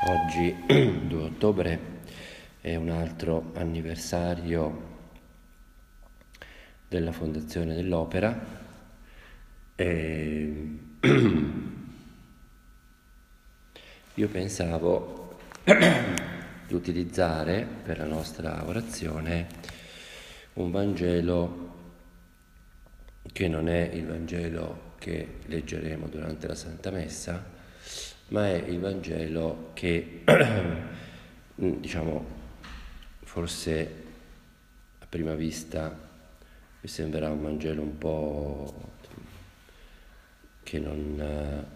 Oggi, 2 ottobre, è un altro anniversario della fondazione dell'Opera e io pensavo di utilizzare per la nostra orazione un Vangelo che non è il Vangelo che leggeremo durante la Santa Messa, ma è il Vangelo che, diciamo, forse a prima vista mi sembrerà un Vangelo un po' che non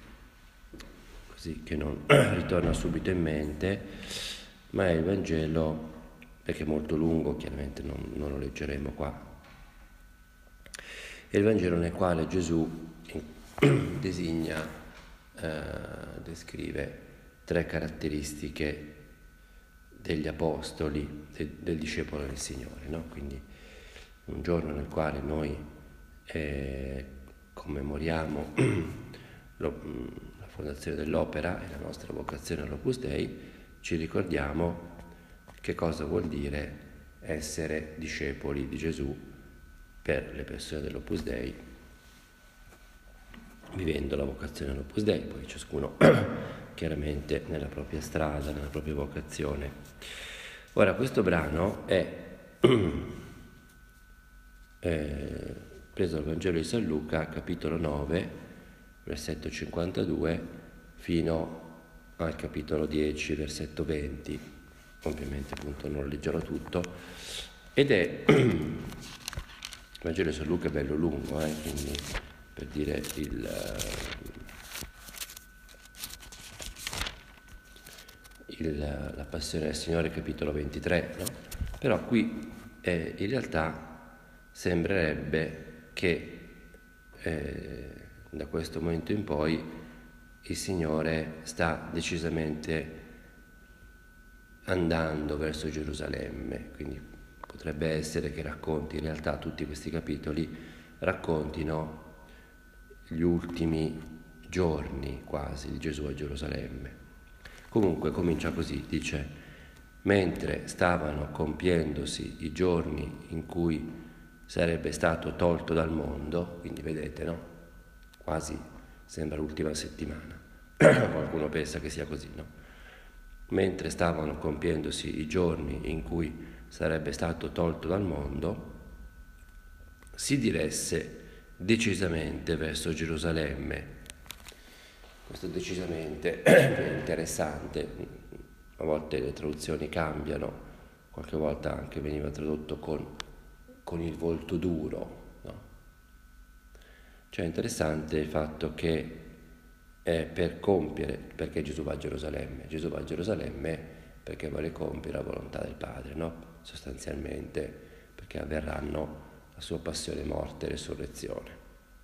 ritorna subito in mente, ma è il Vangelo, perché è molto lungo, chiaramente non lo leggeremo qua. È il Vangelo nel quale Gesù descrive 3 caratteristiche degli apostoli, del discepolo del Signore, no? Quindi un giorno nel quale noi commemoriamo la fondazione dell'Opera e la nostra vocazione all'Opus Dei, ci ricordiamo che cosa vuol dire essere discepoli di Gesù per le persone dell'Opus Dei, vivendo la vocazione all'Opus Dei, poi ciascuno chiaramente nella propria strada, nella propria vocazione. Ora, questo brano è preso dal Vangelo di San Luca, capitolo 9, versetto 52, fino al capitolo 10, versetto 20. Ovviamente appunto non lo leggerò tutto, ed è il Vangelo di San Luca è bello lungo, quindi per dire la passione del Signore, capitolo 23, no? Però qui in realtà sembrerebbe che da questo momento in poi il Signore sta decisamente andando verso Gerusalemme, quindi potrebbe essere che racconti, in realtà tutti questi capitoli raccontino gli ultimi giorni quasi di Gesù a Gerusalemme. Comunque comincia così, dice: mentre stavano compiendosi i giorni in cui sarebbe stato tolto dal mondo, quindi vedete, no? Quasi sembra l'ultima settimana, qualcuno pensa che sia così, no? Mentre stavano compiendosi i giorni in cui sarebbe stato tolto dal mondo, si diresse decisamente verso Gerusalemme. Questo decisamente è interessante, a volte le traduzioni cambiano, qualche volta anche veniva tradotto con il volto duro, no? Cioè è interessante il fatto che per compiere, perché Gesù va a Gerusalemme? Gesù va a Gerusalemme perché vuole compiere la volontà del Padre, no? Sostanzialmente perché avverranno la sua passione, morte e resurrezione.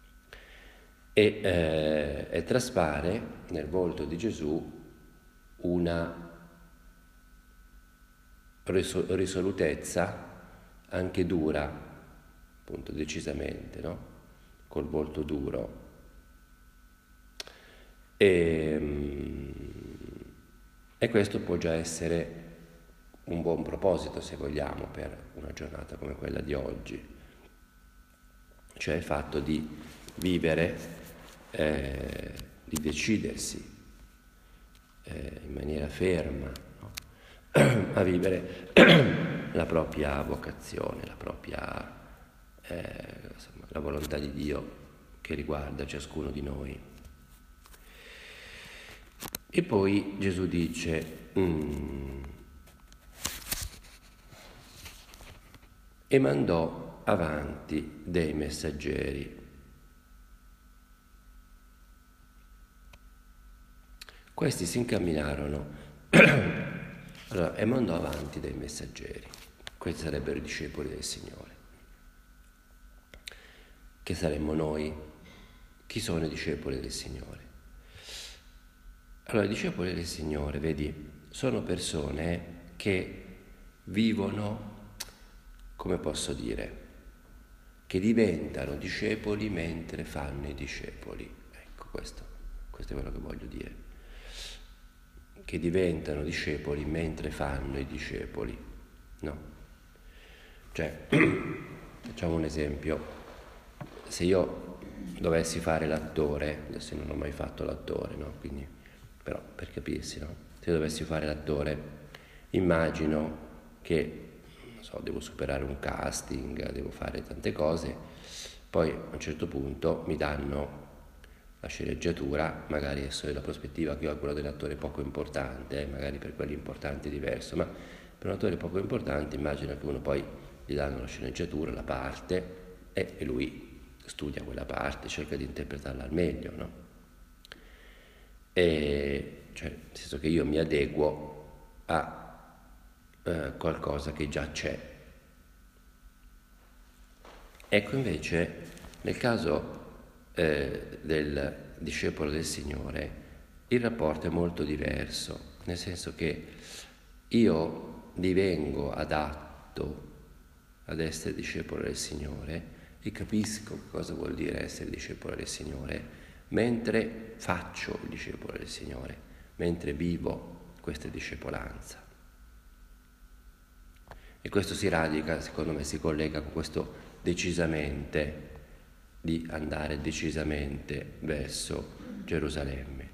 E traspare nel volto di Gesù una risolutezza anche dura, appunto decisamente, no? Col volto duro. E questo può già essere un buon proposito, se vogliamo, per una giornata come quella di oggi, cioè il fatto di vivere, di decidersi in maniera ferma, no? A vivere la propria vocazione, la propria insomma, la volontà di Dio che riguarda ciascuno di noi. E poi Gesù dice: e mandò avanti dei messaggeri. Questi si incamminarono allora, e mandò avanti dei messaggeri. Questi sarebbero i discepoli del Signore, che saremmo noi. Chi sono i discepoli del Signore? Allora, i discepoli del Signore, vedi, sono persone che vivono, come posso dire, che diventano discepoli mentre fanno i discepoli. Ecco, questo è quello che voglio dire. che diventano discepoli mentre fanno i discepoli, no? Cioè, facciamo un esempio, se io dovessi fare l'attore, adesso non ho mai fatto l'attore, no? Quindi, però per capirsi, no? Se io dovessi fare l'attore, immagino che, non so, devo superare un casting, devo fare tante cose, poi a un certo punto mi danno la sceneggiatura, magari adesso dalla prospettiva che ho quello dell'attore poco importante, magari per quelli importanti è diverso, ma per un attore poco importante immagino che uno poi gli danno la sceneggiatura, la parte e lui studia quella parte, cerca di interpretarla al meglio, no? E cioè, nel senso che io mi adeguo a qualcosa che già c'è. Ecco invece nel caso del discepolo del Signore il rapporto è molto diverso, nel senso che io divengo adatto ad essere discepolo del Signore e capisco cosa vuol dire essere discepolo del Signore mentre faccio il discepolo del Signore, mentre vivo questa discepolanza. E questo si radica, secondo me, si collega con questo decisamente, di andare decisamente verso Gerusalemme.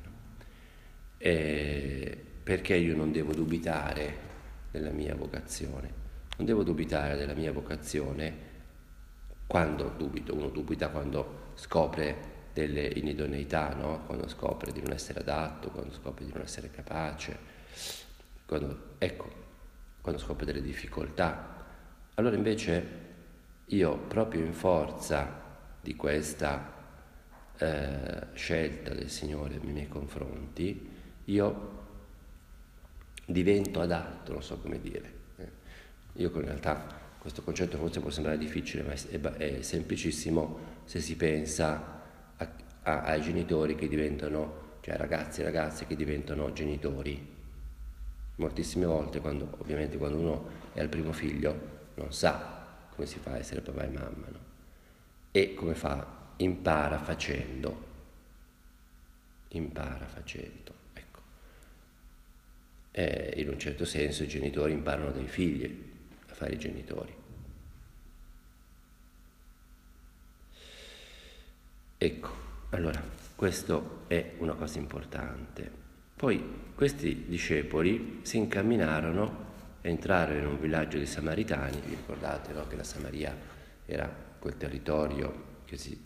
Perché io non devo dubitare della mia vocazione? Non devo dubitare della mia vocazione quando dubito. Uno dubita quando scopre delle inidoneità, no? Quando scopre di non essere adatto, quando scopre di non essere capace, quando scopre delle difficoltà. Allora invece io, proprio in forza di questa scelta del Signore nei miei confronti, io divento adatto, non so come dire. Io in realtà questo concetto forse può sembrare difficile, ma è semplicissimo se si pensa ai genitori che diventano, cioè ragazzi e ragazze che diventano genitori. Moltissime volte, ovviamente quando uno è al primo figlio, non sa come si fa a essere papà e mamma, no? E come fa? Impara facendo, ecco. In un certo senso i genitori imparano dai figli a fare i genitori. Ecco, allora, questo è una cosa importante. Poi questi discepoli si incamminarono, entrarono in un villaggio di Samaritani. Vi ricordate, no, che la Samaria era quel territorio che si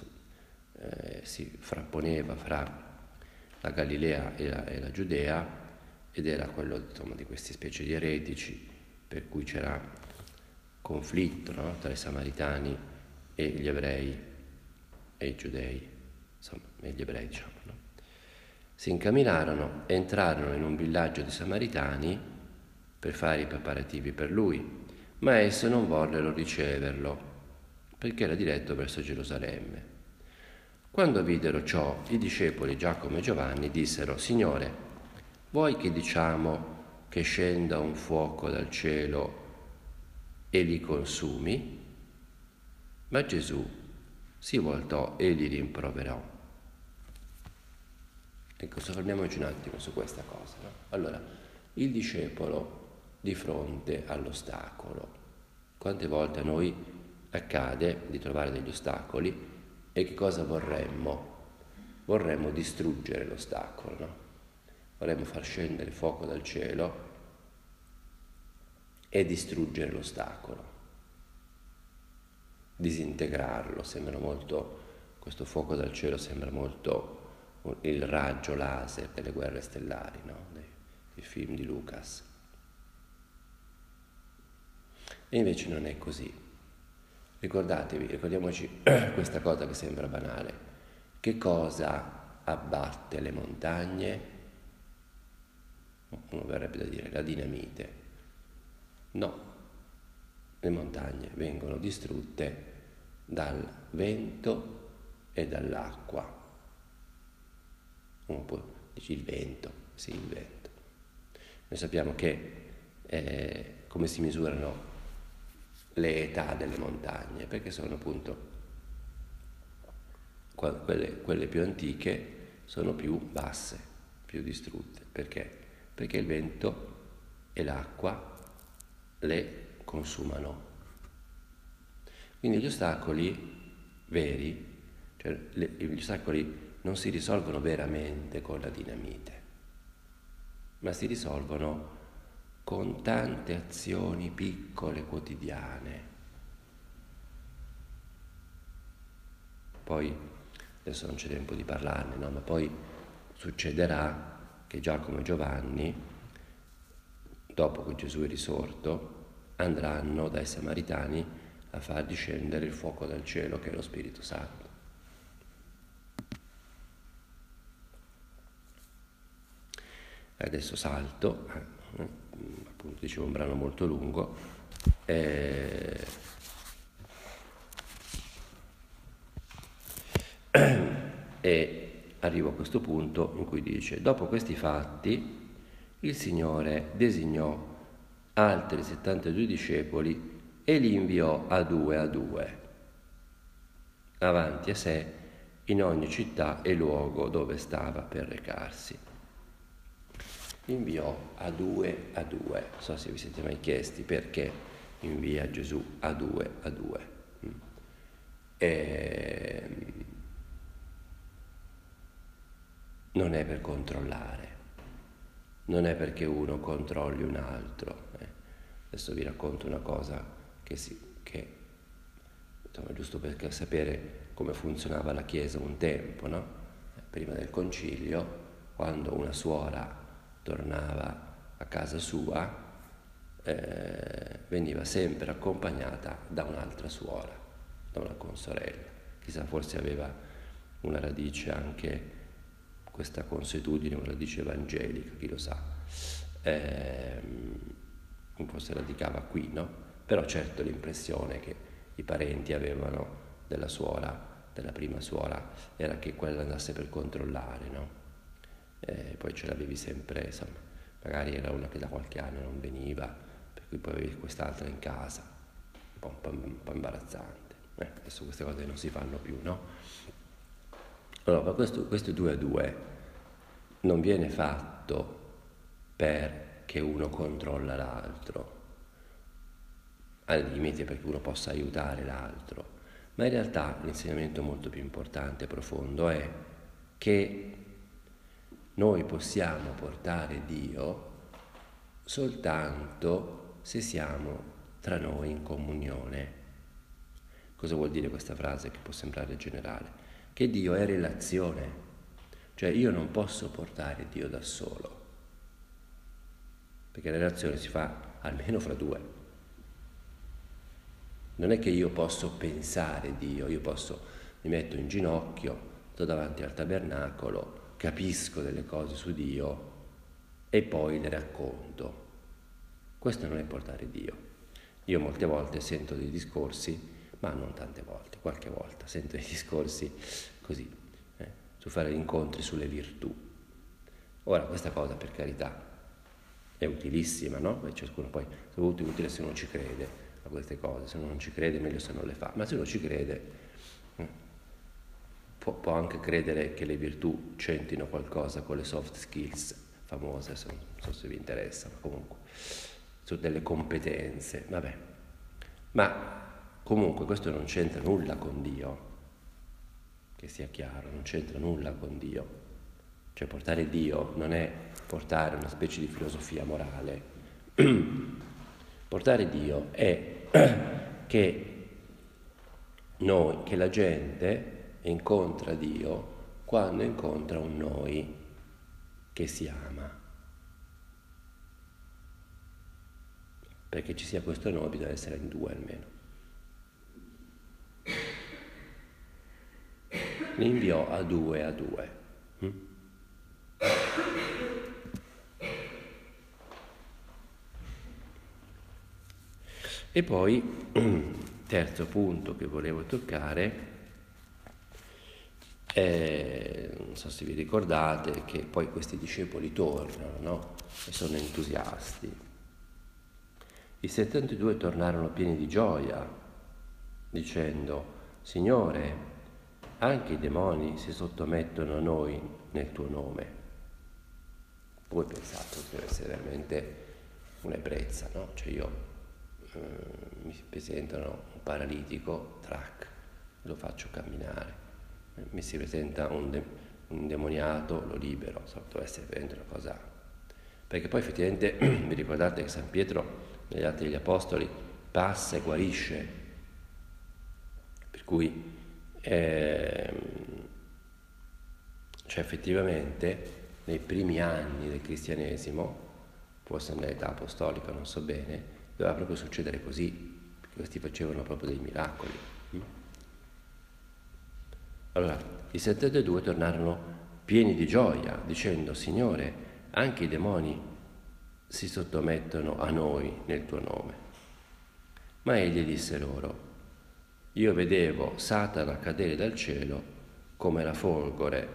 frapponeva fra la Galilea e la Giudea, ed era quello, insomma, di queste specie di eretici, per cui c'era conflitto, no, tra i Samaritani e gli ebrei e i giudei, insomma, e gli ebrei, diciamo, no? Si incamminarono, entrarono in un villaggio di Samaritani per fare i preparativi per lui, ma esso non vollero riceverlo, perché era diretto verso Gerusalemme. Quando videro ciò, i discepoli Giacomo e Giovanni dissero: Signore, vuoi che diciamo che scenda un fuoco dal cielo e li consumi? Ma Gesù si voltò e li rimproverò. Ecco, soffermiamoci un attimo su questa cosa, no? Allora, il discepolo di fronte all'ostacolo. Quante volte a noi accade di trovare degli ostacoli e che cosa vorremmo? Vorremmo distruggere l'ostacolo, no? Vorremmo far scendere il fuoco dal cielo e distruggere l'ostacolo, disintegrarlo. Sembra molto, questo fuoco dal cielo sembra molto il raggio laser delle guerre stellari, no? Dei film di Lucas. E invece non è così. Ricordiamoci questa cosa che sembra banale. Che cosa abbatte le montagne? Uno verrebbe da dire la dinamite. No, le montagne vengono distrutte dal vento e dall'acqua. Uno può dire il vento, sì, il vento. Noi sappiamo che come si misurano le età delle montagne, perché sono appunto quelle più antiche sono più basse, più distrutte. Perché? perché il vento e l'acqua le consumano. Quindi gli ostacoli veri, cioè gli ostacoli non si risolvono veramente con la dinamite, ma si risolvono con tante azioni piccole quotidiane. Poi, adesso non c'è tempo di parlarne, no? Ma poi succederà che Giacomo e Giovanni, dopo che Gesù è risorto, andranno dai Samaritani a far discendere il fuoco dal cielo, che è lo Spirito Santo. Adesso salto, appunto dicevo un brano molto lungo, e arrivo a questo punto in cui dice: dopo questi fatti il Signore designò altri 72 discepoli e li inviò a due avanti a sé in ogni città e luogo dove stava per recarsi. Li inviò a due. Non so se vi siete mai chiesti perché invia Gesù a due. Non è per controllare, non è perché uno controlli un altro. Adesso vi racconto una cosa che insomma, giusto per sapere come funzionava la Chiesa un tempo, no? Prima del concilio, quando una suora tornava a casa sua, veniva sempre accompagnata da un'altra suora, da una consorella. Chissà, forse aveva una radice anche questa consuetudine, una radice evangelica, chi lo sa, un po' si radicava qui, no? Però certo l'impressione che i parenti avevano della suora, della prima suora, era che quella andasse per controllare, no? Poi ce l'avevi sempre, insomma, magari era una che da qualche anno non veniva, per cui poi avevi quest'altra in casa, un po' imbarazzante. Adesso queste cose non si fanno più, no? Allora, ma questo 2 a 2 non viene fatto perché uno controlla l'altro, al limite perché uno possa aiutare l'altro, ma in realtà l'insegnamento molto più importante e profondo è che noi possiamo portare Dio soltanto se siamo tra noi in comunione. Cosa vuol dire questa frase che può sembrare generale? Che Dio è relazione, cioè io non posso portare Dio da solo, perché la relazione si fa almeno fra due. Non è che io posso pensare Dio, mi metto in ginocchio, sto davanti al tabernacolo, capisco delle cose su Dio e poi le racconto. Questo non è portare Dio. Io molte volte sento dei discorsi, ma non tante volte, qualche volta sento dei discorsi così, su fare incontri sulle virtù. Ora, questa cosa, per carità, è utilissima, no? E ciascuno poi, soprattutto è utile se uno ci crede a queste cose, se uno non ci crede meglio se non le fa, ma se uno ci crede può anche credere che le virtù c'entrino qualcosa con le soft skills famose, non so se vi interessa, ma comunque, su delle competenze, vabbè. Ma comunque questo non c'entra nulla con Dio, che sia chiaro, non c'entra nulla con Dio. Cioè portare Dio non è portare una specie di filosofia morale. Portare Dio è che la gente incontra Dio quando incontra un noi che si ama. Perché ci sia questo noi bisogna essere in due almeno. Li inviò a due. E poi, terzo punto che volevo toccare, non so se vi ricordate che poi questi discepoli tornano, no? E sono entusiasti. I 72 tornarono pieni di gioia, dicendo: Signore, anche i demoni si sottomettono a noi nel tuo nome. Voi pensate che deve essere veramente un'ebbrezza, no? Cioè io mi si presentano un paralitico, trac, lo faccio camminare, mi si presenta un demoniato, lo libero, deve essere veramente una cosa. Perché poi effettivamente vi ricordate che San Pietro negli Atti degli Apostoli passa e guarisce, per cui cioè effettivamente nei primi anni del cristianesimo, forse nell'età apostolica, non so bene, doveva proprio succedere così, perché questi facevano proprio dei miracoli. Allora, i 72 tornarono pieni di gioia, dicendo: Signore, anche i demoni si sottomettono a noi nel tuo nome. Ma egli disse loro: io vedevo Satana cadere dal cielo come la folgore.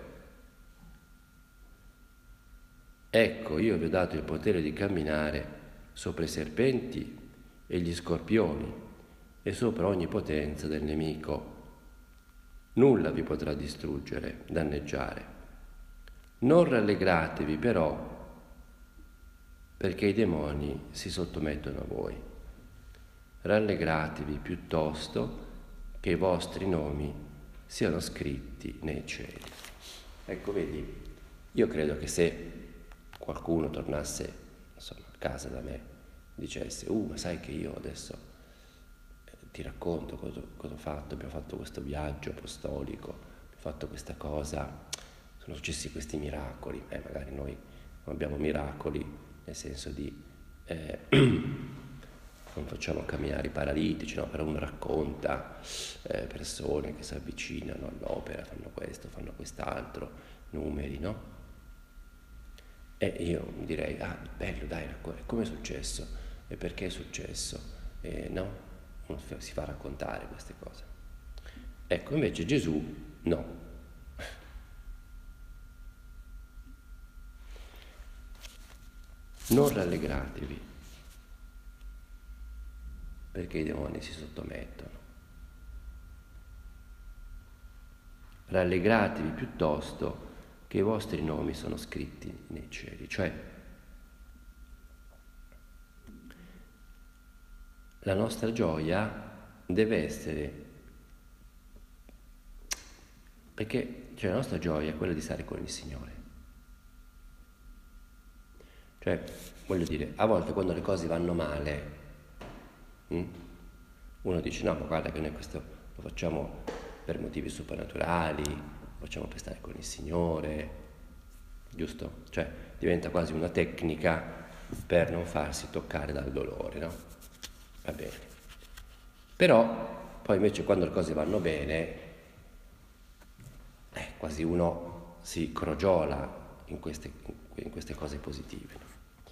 Ecco, io vi ho dato il potere di camminare sopra i serpenti e gli scorpioni e sopra ogni potenza del nemico. Nulla vi potrà distruggere, danneggiare. Non rallegratevi però perché i demoni si sottomettono a voi. Rallegratevi piuttosto che i vostri nomi siano scritti nei cieli. Ecco, vedi, io credo che se qualcuno tornasse, insomma, a casa da me e dicesse: ma sai che io adesso ti racconto cosa ho fatto, abbiamo fatto questo viaggio apostolico, abbiamo fatto questa cosa, sono successi questi miracoli, magari noi non abbiamo miracoli, nel senso di non facciamo camminare i paralitici, no? Però uno racconta persone che si avvicinano all'opera, fanno questo, fanno quest'altro, numeri, no? E io direi: bello, dai, come è successo? E perché è successo? No? Uno si fa raccontare queste cose. Ecco, invece Gesù no. Non rallegratevi perché i demoni si sottomettono. Rallegratevi piuttosto che i vostri nomi sono scritti nei cieli. Cioè, la nostra gioia deve essere, perché la nostra gioia è quella di stare con il Signore. Cioè, voglio dire, a volte quando le cose vanno male, uno dice: no, ma guarda che noi questo lo facciamo per motivi soprannaturali, lo facciamo per stare con il Signore, giusto? Cioè, diventa quasi una tecnica per non farsi toccare dal dolore, no? Va bene. Però, poi invece quando le cose vanno bene, quasi uno si crogiola in queste cose positive, no?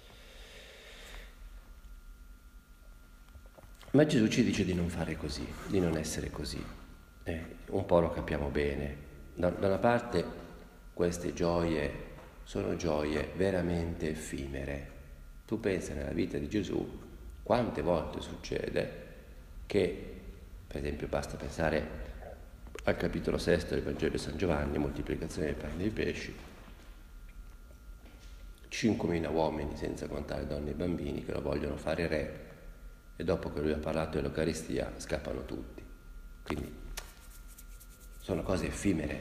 Ma Gesù ci dice di non fare così, di non essere così. Un po' lo capiamo bene. Da una parte queste gioie sono gioie veramente effimere. Tu pensa nella vita di Gesù quante volte succede che, per esempio, basta pensare al capitolo 6 del Vangelo di San Giovanni, moltiplicazione dei pani e dei pesci, 5.000 uomini, senza contare donne e bambini, che lo vogliono fare re, e dopo che lui ha parlato dell'Eucaristia scappano tutti. Quindi sono cose effimere.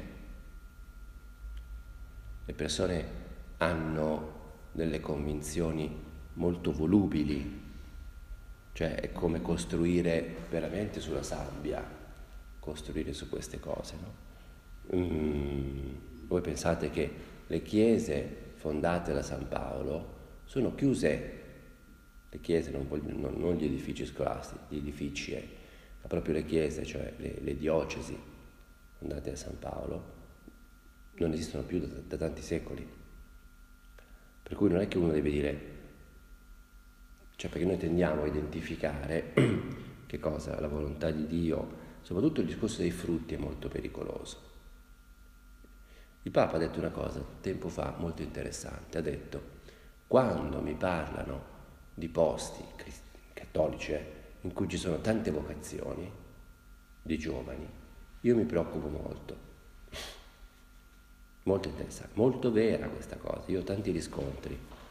Le persone hanno delle convinzioni molto volubili, cioè è come costruire veramente sulla sabbia, costruire su queste cose, no? Voi pensate che le chiese fondate da San Paolo sono chiuse. Le chiese, non gli edifici scolastici, gli edifici, ma proprio le chiese, cioè le diocesi fondate da San Paolo, non esistono più da tanti secoli. Per cui non è che uno deve dire, cioè, perché noi tendiamo a identificare che cosa? La volontà di Dio. Soprattutto il discorso dei frutti è molto pericoloso. Il Papa ha detto una cosa tempo fa molto interessante, ha detto: quando mi parlano di posti cattolici in cui ci sono tante vocazioni di giovani, io mi preoccupo molto. Molto interessante, molto vera questa cosa. Io ho tanti riscontri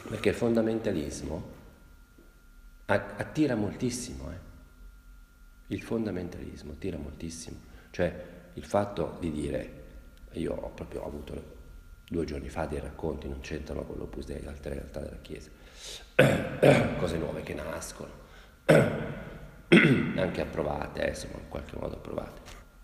Perché il fondamentalismo attira moltissimo, Il fondamentalismo attira moltissimo. Cioè il fatto di dire, io ho proprio avuto 2 giorni fa dei racconti, non c'entrano con l'Opus Dei, l'altra realtà della Chiesa, cose nuove che nascono, anche approvate, insomma, in qualche modo approvate.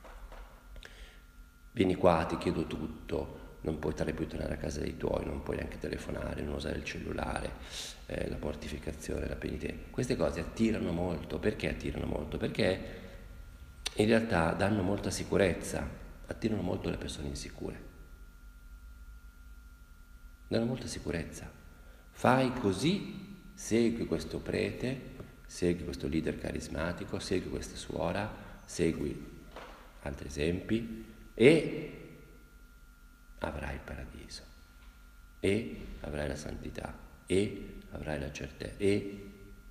Vieni qua, ti chiedo tutto, non puoi più tornare a casa dei tuoi, non puoi neanche telefonare, non usare il cellulare, la mortificazione, la penitenza. Queste cose attirano molto. Perché attirano molto? Perché in realtà danno molta sicurezza, attirano molto le persone insicure. Danno molta sicurezza. Fai così, segui questo prete, segui questo leader carismatico, segui questa suora, segui altri esempi e avrai il paradiso, e avrai la santità, e avrai la certezza, e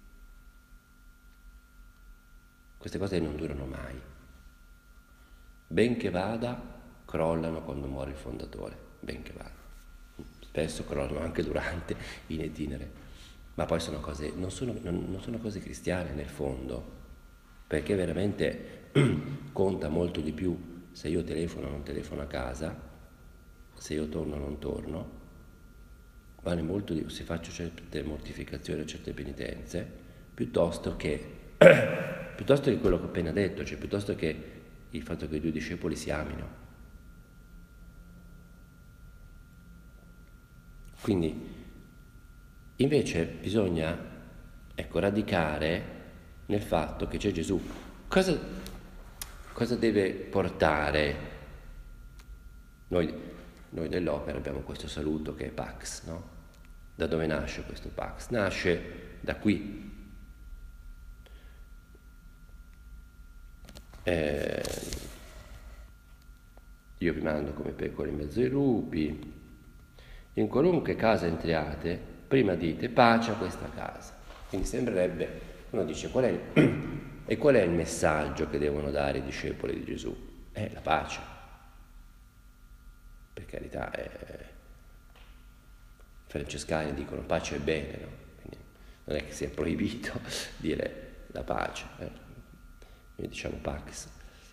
queste cose non durano mai. Ben che vada, crollano quando muore il fondatore, ben che vada. Spesso crollano anche durante, in itinere, ma poi sono cose, non sono cose cristiane nel fondo, perché veramente conta molto di più se io telefono o non telefono a casa, se io torno o non torno, vale molto di più se faccio certe mortificazioni o certe penitenze, piuttosto che quello che ho appena detto, cioè piuttosto che il fatto che i 2 discepoli si amino. Quindi invece bisogna, radicare nel fatto che c'è Gesù. Cosa deve portare? Noi dell'opera abbiamo questo saluto che è Pax, no? Da dove nasce questo Pax? Nasce da qui. Io vi mando come pecore in mezzo ai lupi. In qualunque casa entriate, prima dite pace a questa casa. Quindi sembrerebbe, uno dice qual è il messaggio che devono dare i discepoli di Gesù? È la pace. Per carità, i francescani dicono pace e bene, no? Quindi non è che sia proibito dire la pace, noi diciamo pax,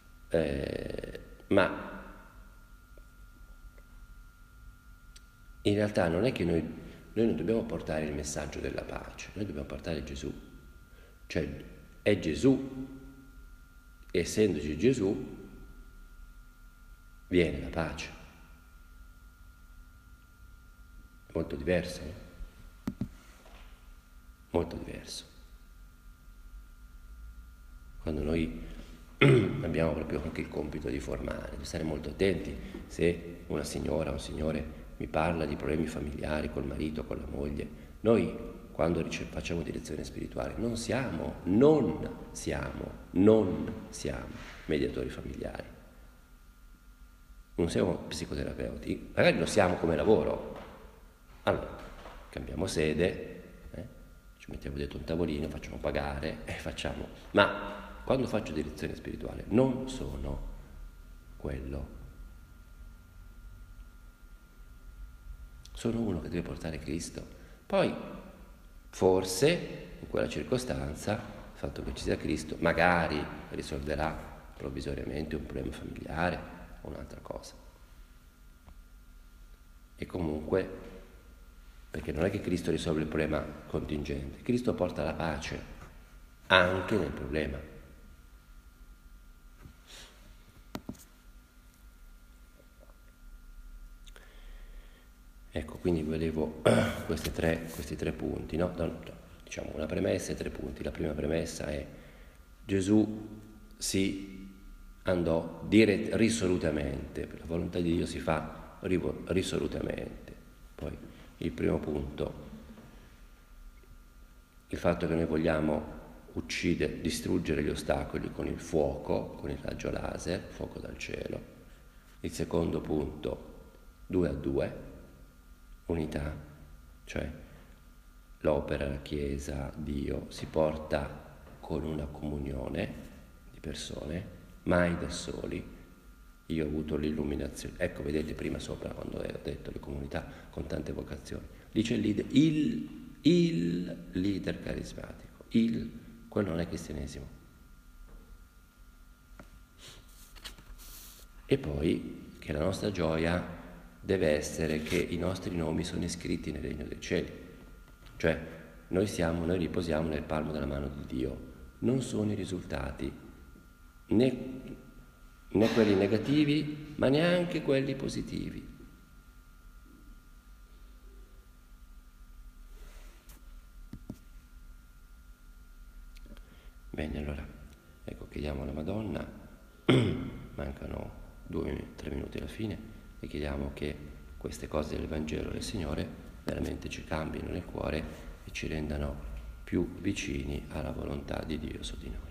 ma in realtà non è che noi non dobbiamo portare il messaggio della pace, noi dobbiamo portare Gesù, cioè è Gesù, essendoci Gesù viene la pace. È molto diverso, no? Molto diverso. Quando noi abbiamo proprio anche il compito di formare, di stare molto attenti se una signora o un signore mi parla di problemi familiari col marito, con la moglie. Noi quando facciamo direzione spirituale non siamo mediatori familiari, non siamo psicoterapeuti, magari lo siamo come lavoro. Allora cambiamo sede, ci mettiamo dentro un tavolino, facciamo pagare ma quando faccio direzione spirituale non sono quello. Sono uno che deve portare Cristo. Poi, forse, in quella circostanza, il fatto che ci sia Cristo magari risolverà provvisoriamente un problema familiare o un'altra cosa. E comunque, perché non è che Cristo risolve il problema contingente, Cristo porta la pace anche nel problema. Ecco, quindi volevo questi tre punti, no? Diciamo una premessa e 3 punti. La prima premessa è Gesù si andò risolutamente, per la volontà di Dio si fa risolutamente. Poi il primo punto, il fatto che noi vogliamo distruggere gli ostacoli con il fuoco, con il raggio laser, fuoco dal cielo. Il secondo punto, 2 a 2, unità, cioè l'opera, la Chiesa, Dio si porta con una comunione di persone, mai da soli. Io ho avuto l'illuminazione, ecco vedete prima sopra quando ho detto le comunità con tante vocazioni, Lì c'è il leader carismatico, quello non è cristianesimo. E poi che la nostra gioia deve essere che i nostri nomi sono iscritti nel regno dei cieli. Cioè noi riposiamo nel palmo della mano di Dio. Non sono i risultati, né quelli negativi, ma neanche quelli positivi. Bene, allora, ecco, chiediamo alla Madonna, mancano 2-3 minuti alla fine, e chiediamo che queste cose del Vangelo del Signore veramente ci cambino nel cuore e ci rendano più vicini alla volontà di Dio su di noi.